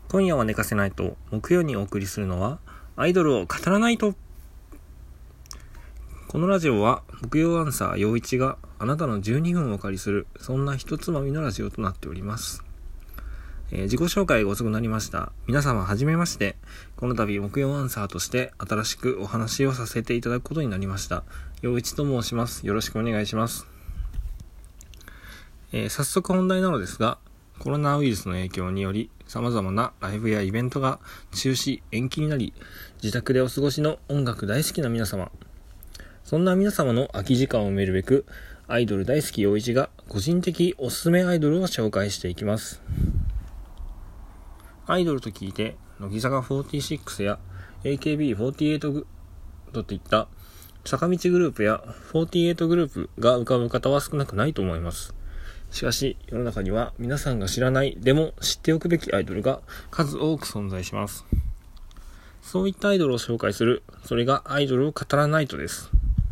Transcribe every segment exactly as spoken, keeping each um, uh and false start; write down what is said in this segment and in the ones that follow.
今夜は寝かせないと木曜にお送りするのはアイドルを語らないと。このラジオは木曜アンサー陽一があなたのじゅうにふんをお借りする、そんな一つまみのラジオとなっております。えー、自己紹介が遅くなりました。皆様はじめまして。この度木曜アンサーとして新しくお話をさせていただくことになりました陽一と申します。よろしくお願いします。えー、早速本題なのですが、コロナウイルスの影響により様々なライブやイベントが中止延期になり、自宅でお過ごしの音楽大好きな皆様、そんな皆様の空き時間を埋めるべく、アイドル大好き陽一が個人的おすすめアイドルを紹介していきます。アイドルと聞いて乃木坂フォーティーシックスや エーケービーフォーティーエイト といった坂道グループやフォーティーエイトグループが浮かぶ方は少なくないと思います。しかし世の中には皆さんが知らないでも知っておくべきアイドルが数多く存在します。そういったアイドルを紹介する、それがアイドルを語らないとです。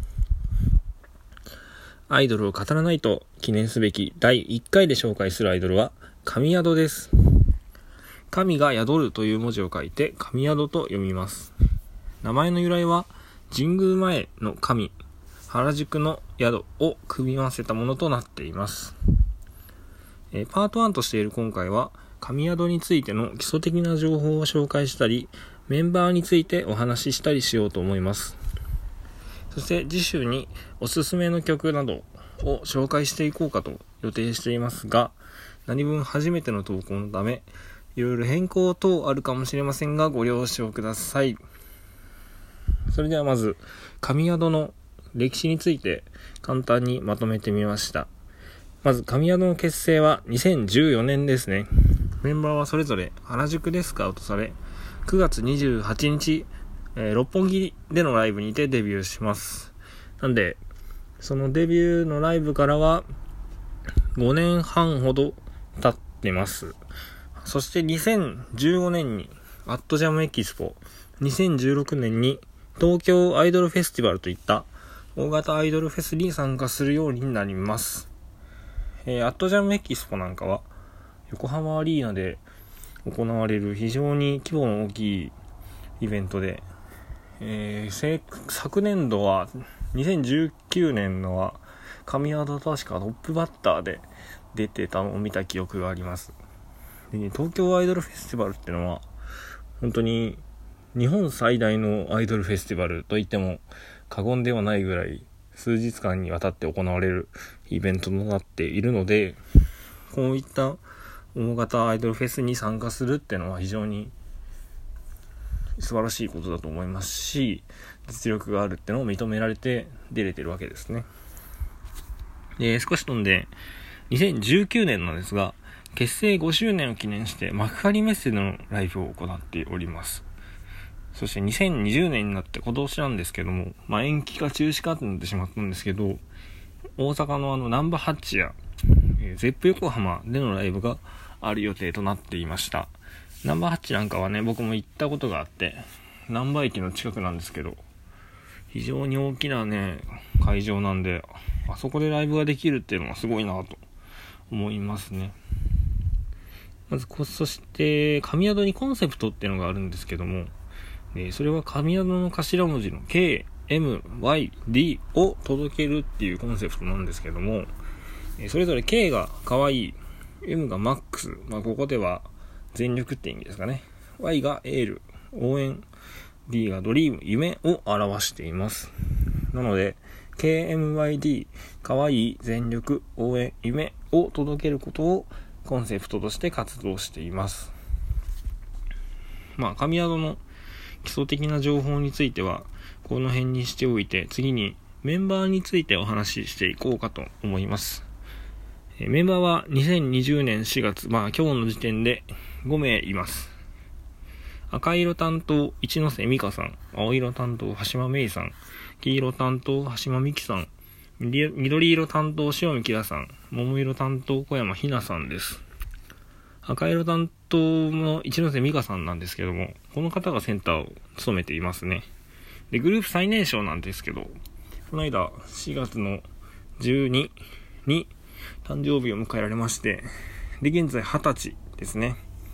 アイドルを語らないと記念すべきだいいっかいで紹介するアイドルは神宿です。神が宿るという文字を書いて神宿と読みます。名前の由来は神宮前の神、原宿の宿を組み合わせたものとなっています。えー、パートワンとしている今回は神宿についての基礎的な情報を紹介したり、メンバーについてお話ししたりしようと思います。そして次週におすすめの曲などを紹介していこうかと予定していますが、何分初めての投稿のためいろいろ変更等あるかもしれませんがご了承ください。それではまず神宿の歴史について簡単にまとめてみました。まず神宿の結成はにせんじゅうよねんですね。メンバーはそれぞれ原宿でスカウトされ、くがつにじゅうはちにち、えー、六本木でのライブにてデビューします。なんでそのデビューのライブからはごねんはんほど経ってます。そしてにせんじゅうごねんにアットジャムエキスポ、にせんじゅうろくねんに東京アイドルフェスティバルといった大型アイドルフェスに参加するようになります。えー、アットジャムエキスポなんかは横浜アリーナで行われる非常に規模の大きいイベントで、えー、昨年度はにせんじゅうきゅうねんのは神宿確かトップバッターで出てたのを見た記憶があります。で、ね、東京アイドルフェスティバルってのは本当に日本最大のアイドルフェスティバルと言っても過言ではないぐらい数日間にわたって行われるイベントとなっているので、こういった大型アイドルフェスに参加するっていうのは非常に素晴らしいことだと思いますし、実力があるっていうのを認められて出れてるわけですね。で、少し飛んでにせんじゅうきゅうねんなんですが、結成ごしゅうねんを記念して幕張メッセでのライブを行っております。そしてにせんにじゅうねんになって今年なんですけども、まあ、延期か中止かとなってしまったんですけど、大阪のあのナンバーハッチや、えー、ゼップ横浜でのライブがある予定となっていました。ナンバーハッチなんかはね、僕も行ったことがあって難波駅の近くなんですけど、非常に大きなね会場なんで、あそこでライブができるっていうのはすごいなと思いますね。まずこそして神宿にコンセプトっていうのがあるんですけども、えー、それは神宿の頭文字の ケーエムワイディー を届けるっていうコンセプトなんですけども、えー、それぞれ K が可愛い、M がマックス、まあ、ここでは全力って意味ですかね。Y がエール、応援、D がドリーム、夢を表しています。なので ケーエムワイディー 可愛い、全力、応援、夢を届けることをコンセプトとして活動しています。まあ神宿の基礎的な情報についてはこの辺にしておいて、次にメンバーについてお話ししていこうかと思います。えメンバーはにせんにじゅうねんしがつ、まあ今日の時点でごめいいます。赤色担当一ノ瀬美香さん、青色担当橋間芽衣さん、黄色担当橋間美希さん、緑色担当塩見希良さん、桃色担当小山ひなさんです。赤色担当の一ノ瀬美香さんなんですけども、この方がセンターを務めていますね。で、グループ最年少なんですけど、この間しがつのじゅうにに誕生日を迎えられまして、で現在はたちですね。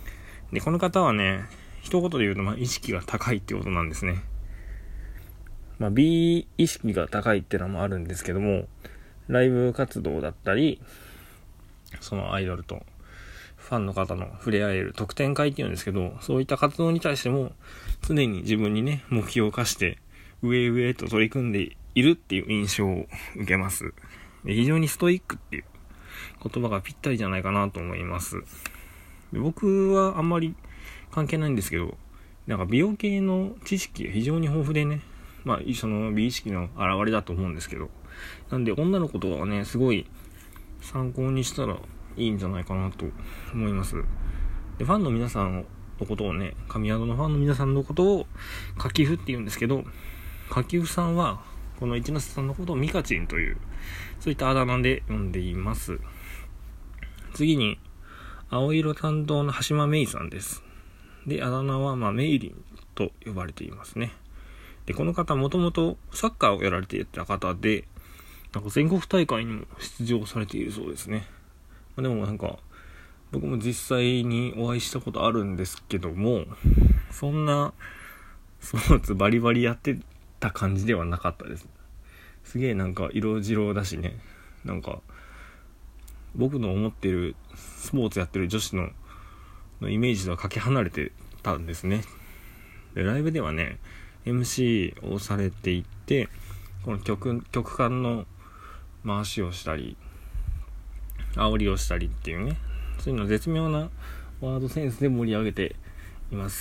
で、この方はね、一言で言うと、まあ、意識が高いってことなんですね。まあ、美意識が高いっていうのもあるんですけども、ライブ活動だったり、そのアイドルとファンの方の触れ合える特典会っていうんですけど、そういった活動に対しても常に自分にね、目標を課して上へ上へと取り組んでいるっていう印象を受けます。で、非常にストイックっていう言葉がぴったりじゃないかなと思います。で、僕はあんまり関係ないんですけど、なんか美容系の知識が非常に豊富でね、まあその美意識の表れだと思うんですけど、なんで女の子とはね、すごい参考にしたらいいんじゃないかなと思います。で、ファンの皆さんのことをね、神宿のファンの皆さんのことをかきふって言うんですけど、かきふさんはこの一ノ瀬さんのことをミカチンという、そういったあだ名で呼んでいます。次に青色担当の橋間メイさんです。で、あだ名はまあメイリンと呼ばれていますね。で、この方もともとサッカーをやられていた方で、なんか全国大会にも出場されているそうですね。まあ、でもなんか僕も実際にお会いしたことあるんですけども、そんなスポーツバリバリやってた感じではなかったです。すげえなんか色白だしね、なんか僕の思ってるスポーツやってる女子ののイメージとはかけ離れてたんですね。で、ライブではね エムシー をされていて、この曲曲間の回しをしたり煽りをしたりっていうね、そういうの絶妙なワードセンスで盛り上げています。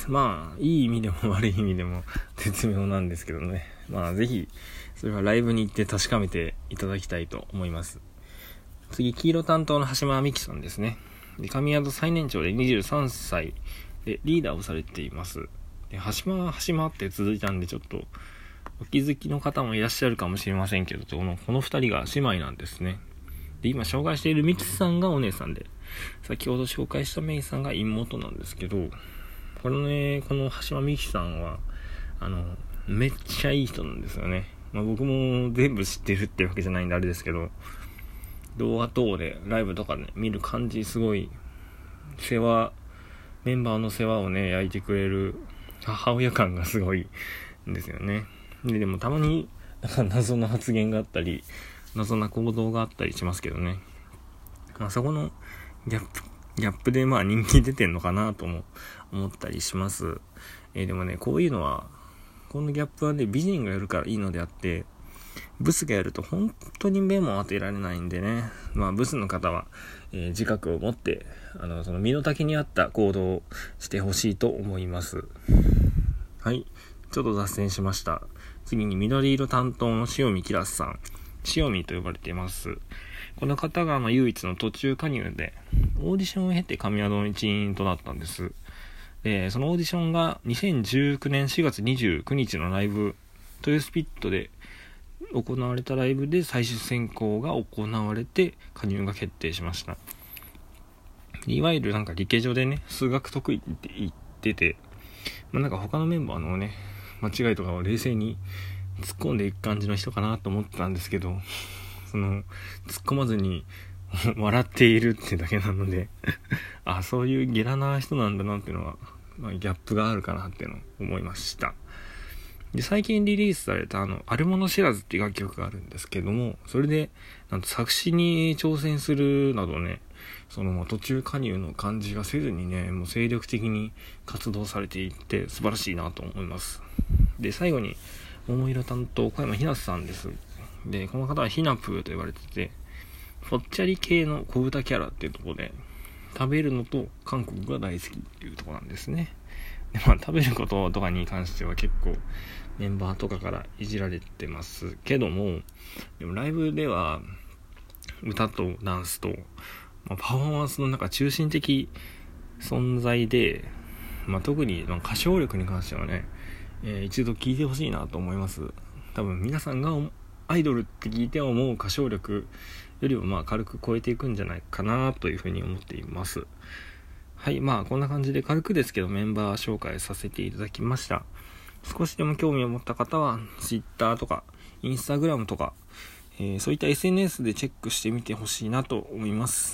まあいい意味でも悪い意味でも絶妙なんですけどね、まあぜひそれはライブに行って確かめていただきたいと思います。次、黄色担当の橋間美希さんですね。で、神宿最年長でにじゅうさんさいでリーダーをされています。で、橋間橋間って続いたんで、ちょっとお気づきの方もいらっしゃるかもしれませんけど、このこのふたりが姉妹なんですね。で、今紹介しているミキさんがお姉さんで、先ほど紹介したメイさんが妹なんですけど、このね、この橋間美希さんはあのめっちゃいい人なんですよね。まあ、僕も全部知ってるってわけじゃないんであれですけど、動画等でライブとかね見る感じ、すごい世話メンバーの世話をね焼いてくれる母親感がすごいんですよね。で、でもたまになんか謎の発言があったり謎な行動があったりしますけどね、まあ、そこのギャップギャップでまあ人気出てんのかなとも思ったりします。えー、でもね、こういうのはこのギャップはね美人がやるからいいのであって、ブスがやると本当に目も当てられないんでね、まあブスの方は、えー、自覚を持ってあのその身の丈に合った行動をしてほしいと思います。はい、ちょっと脱線しました。次に緑色担当の塩見キラスさん、塩見と呼ばれています。この方がまあ唯一の途中加入でオーディションを経て神宿の一員となったんです。で、そのオーディションがにせんじゅうきゅうねんしがつにじゅうくにちのライブ豊洲ピットで行われたライブで最終選考が行われて加入が決定しました。いわゆるなんか理系上でね数学得意って言ってて、まあ、なんか他のメンバーのね間違いとかを冷静に突っ込んでいく感じの人かなと思ってたんですけど、その突っ込まずに笑っているってだけなのであ、そういうゲラな人なんだなっていうのは、まあ、ギャップがあるかなっていうのを思いました。で、最近リリースされたあのあるもの知らずっていう楽曲があるんですけども、それでなんと作詞に挑戦するなどね、そのまあ途中加入の感じがせずにね、もう精力的に活動されていって素晴らしいなと思います。で、最後に桃色担当小山ひなさんです。で、この方はひなぷーと言われてて、ぽっちゃり系の小豚キャラっていうところで、食べるのと韓国が大好きっていうところなんですね。で、まあ食べることとかに関しては結構メンバーとかからいじられてますけども、でもライブでは歌とダンスと、まあ、パフォーマンスの中中心的存在で、まあ、特に歌唱力に関してはね、えー、一度聴いてほしいなと思います。多分皆さんがアイドルって聞いて思う歌唱力よりもまあ軽く超えていくんじゃないかなというふうに思っています。はい、まあこんな感じで軽くですけどメンバー紹介させていただきました。少しでも興味を持った方は Twitter とか Instagram とか、えー、そういった エスエヌエス でチェックしてみてほしいなと思います。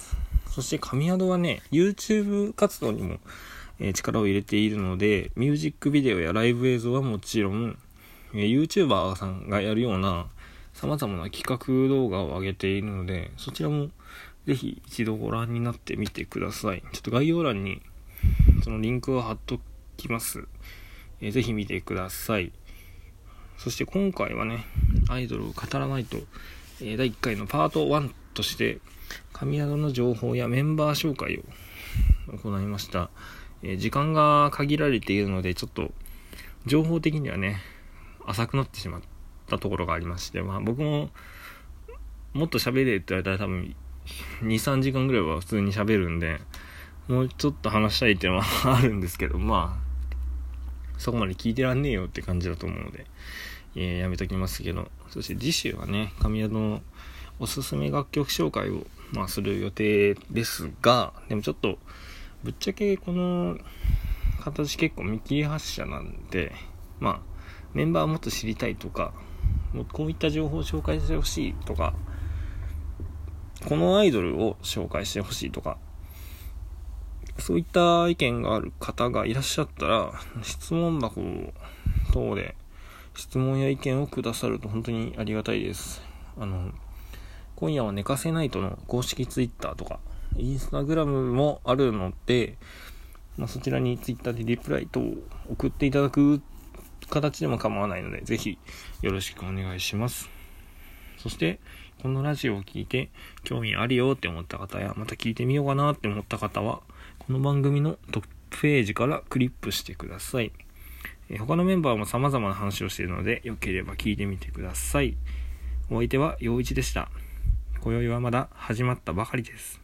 そして神宿はね、YouTube 活動にも、えー、力を入れているので、ミュージックビデオやライブ映像はもちろん、えー、YouTuber さんがやるような様々な企画動画を上げているので、そちらもぜひ一度ご覧になってみてください。ちょっと概要欄にそのリンクを貼っときます。えー、ぜひ見てください。そして今回はね、アイドルを語らないと、えー、だいいっかいのパートワンとして神宿の情報やメンバー紹介を行いました。えー、時間が限られているのでちょっと情報的にはね浅くなってしまったところがありまして、まあ僕ももっと喋れって言われたら多分 にさんじかんぐらいは普通に喋るんで、もうちょっと話したいっていうのはあるんですけど、まあそこまで聞いてらんねえよって感じだと思うので、えー、やめときますけど、そして次週はね神宿のおすすめ楽曲紹介を、まあ、する予定ですが、でもちょっとぶっちゃけこの形結構見切り発車なんで、まあメンバーもっと知りたいとか、もうこういった情報を紹介してほしいとか、このアイドルを紹介してほしいとか、そういった意見がある方がいらっしゃったら、質問箱等で質問や意見をくださると本当にありがたいです。あの今夜は寝かせないとの公式ツイッターとかインスタグラムもあるので、まあ、そちらにツイッターでリプライ等を送っていただく形でも構わないので、ぜひよろしくお願いします。そしてこのラジオを聞いて興味あるよって思った方や、また聞いてみようかなって思った方は、この番組のトップページからクリップしてください。えー、他のメンバーも様々な話をしているので、よければ聞いてみてください。お相手は陽一でした。今宵はまだ始まったばかりです。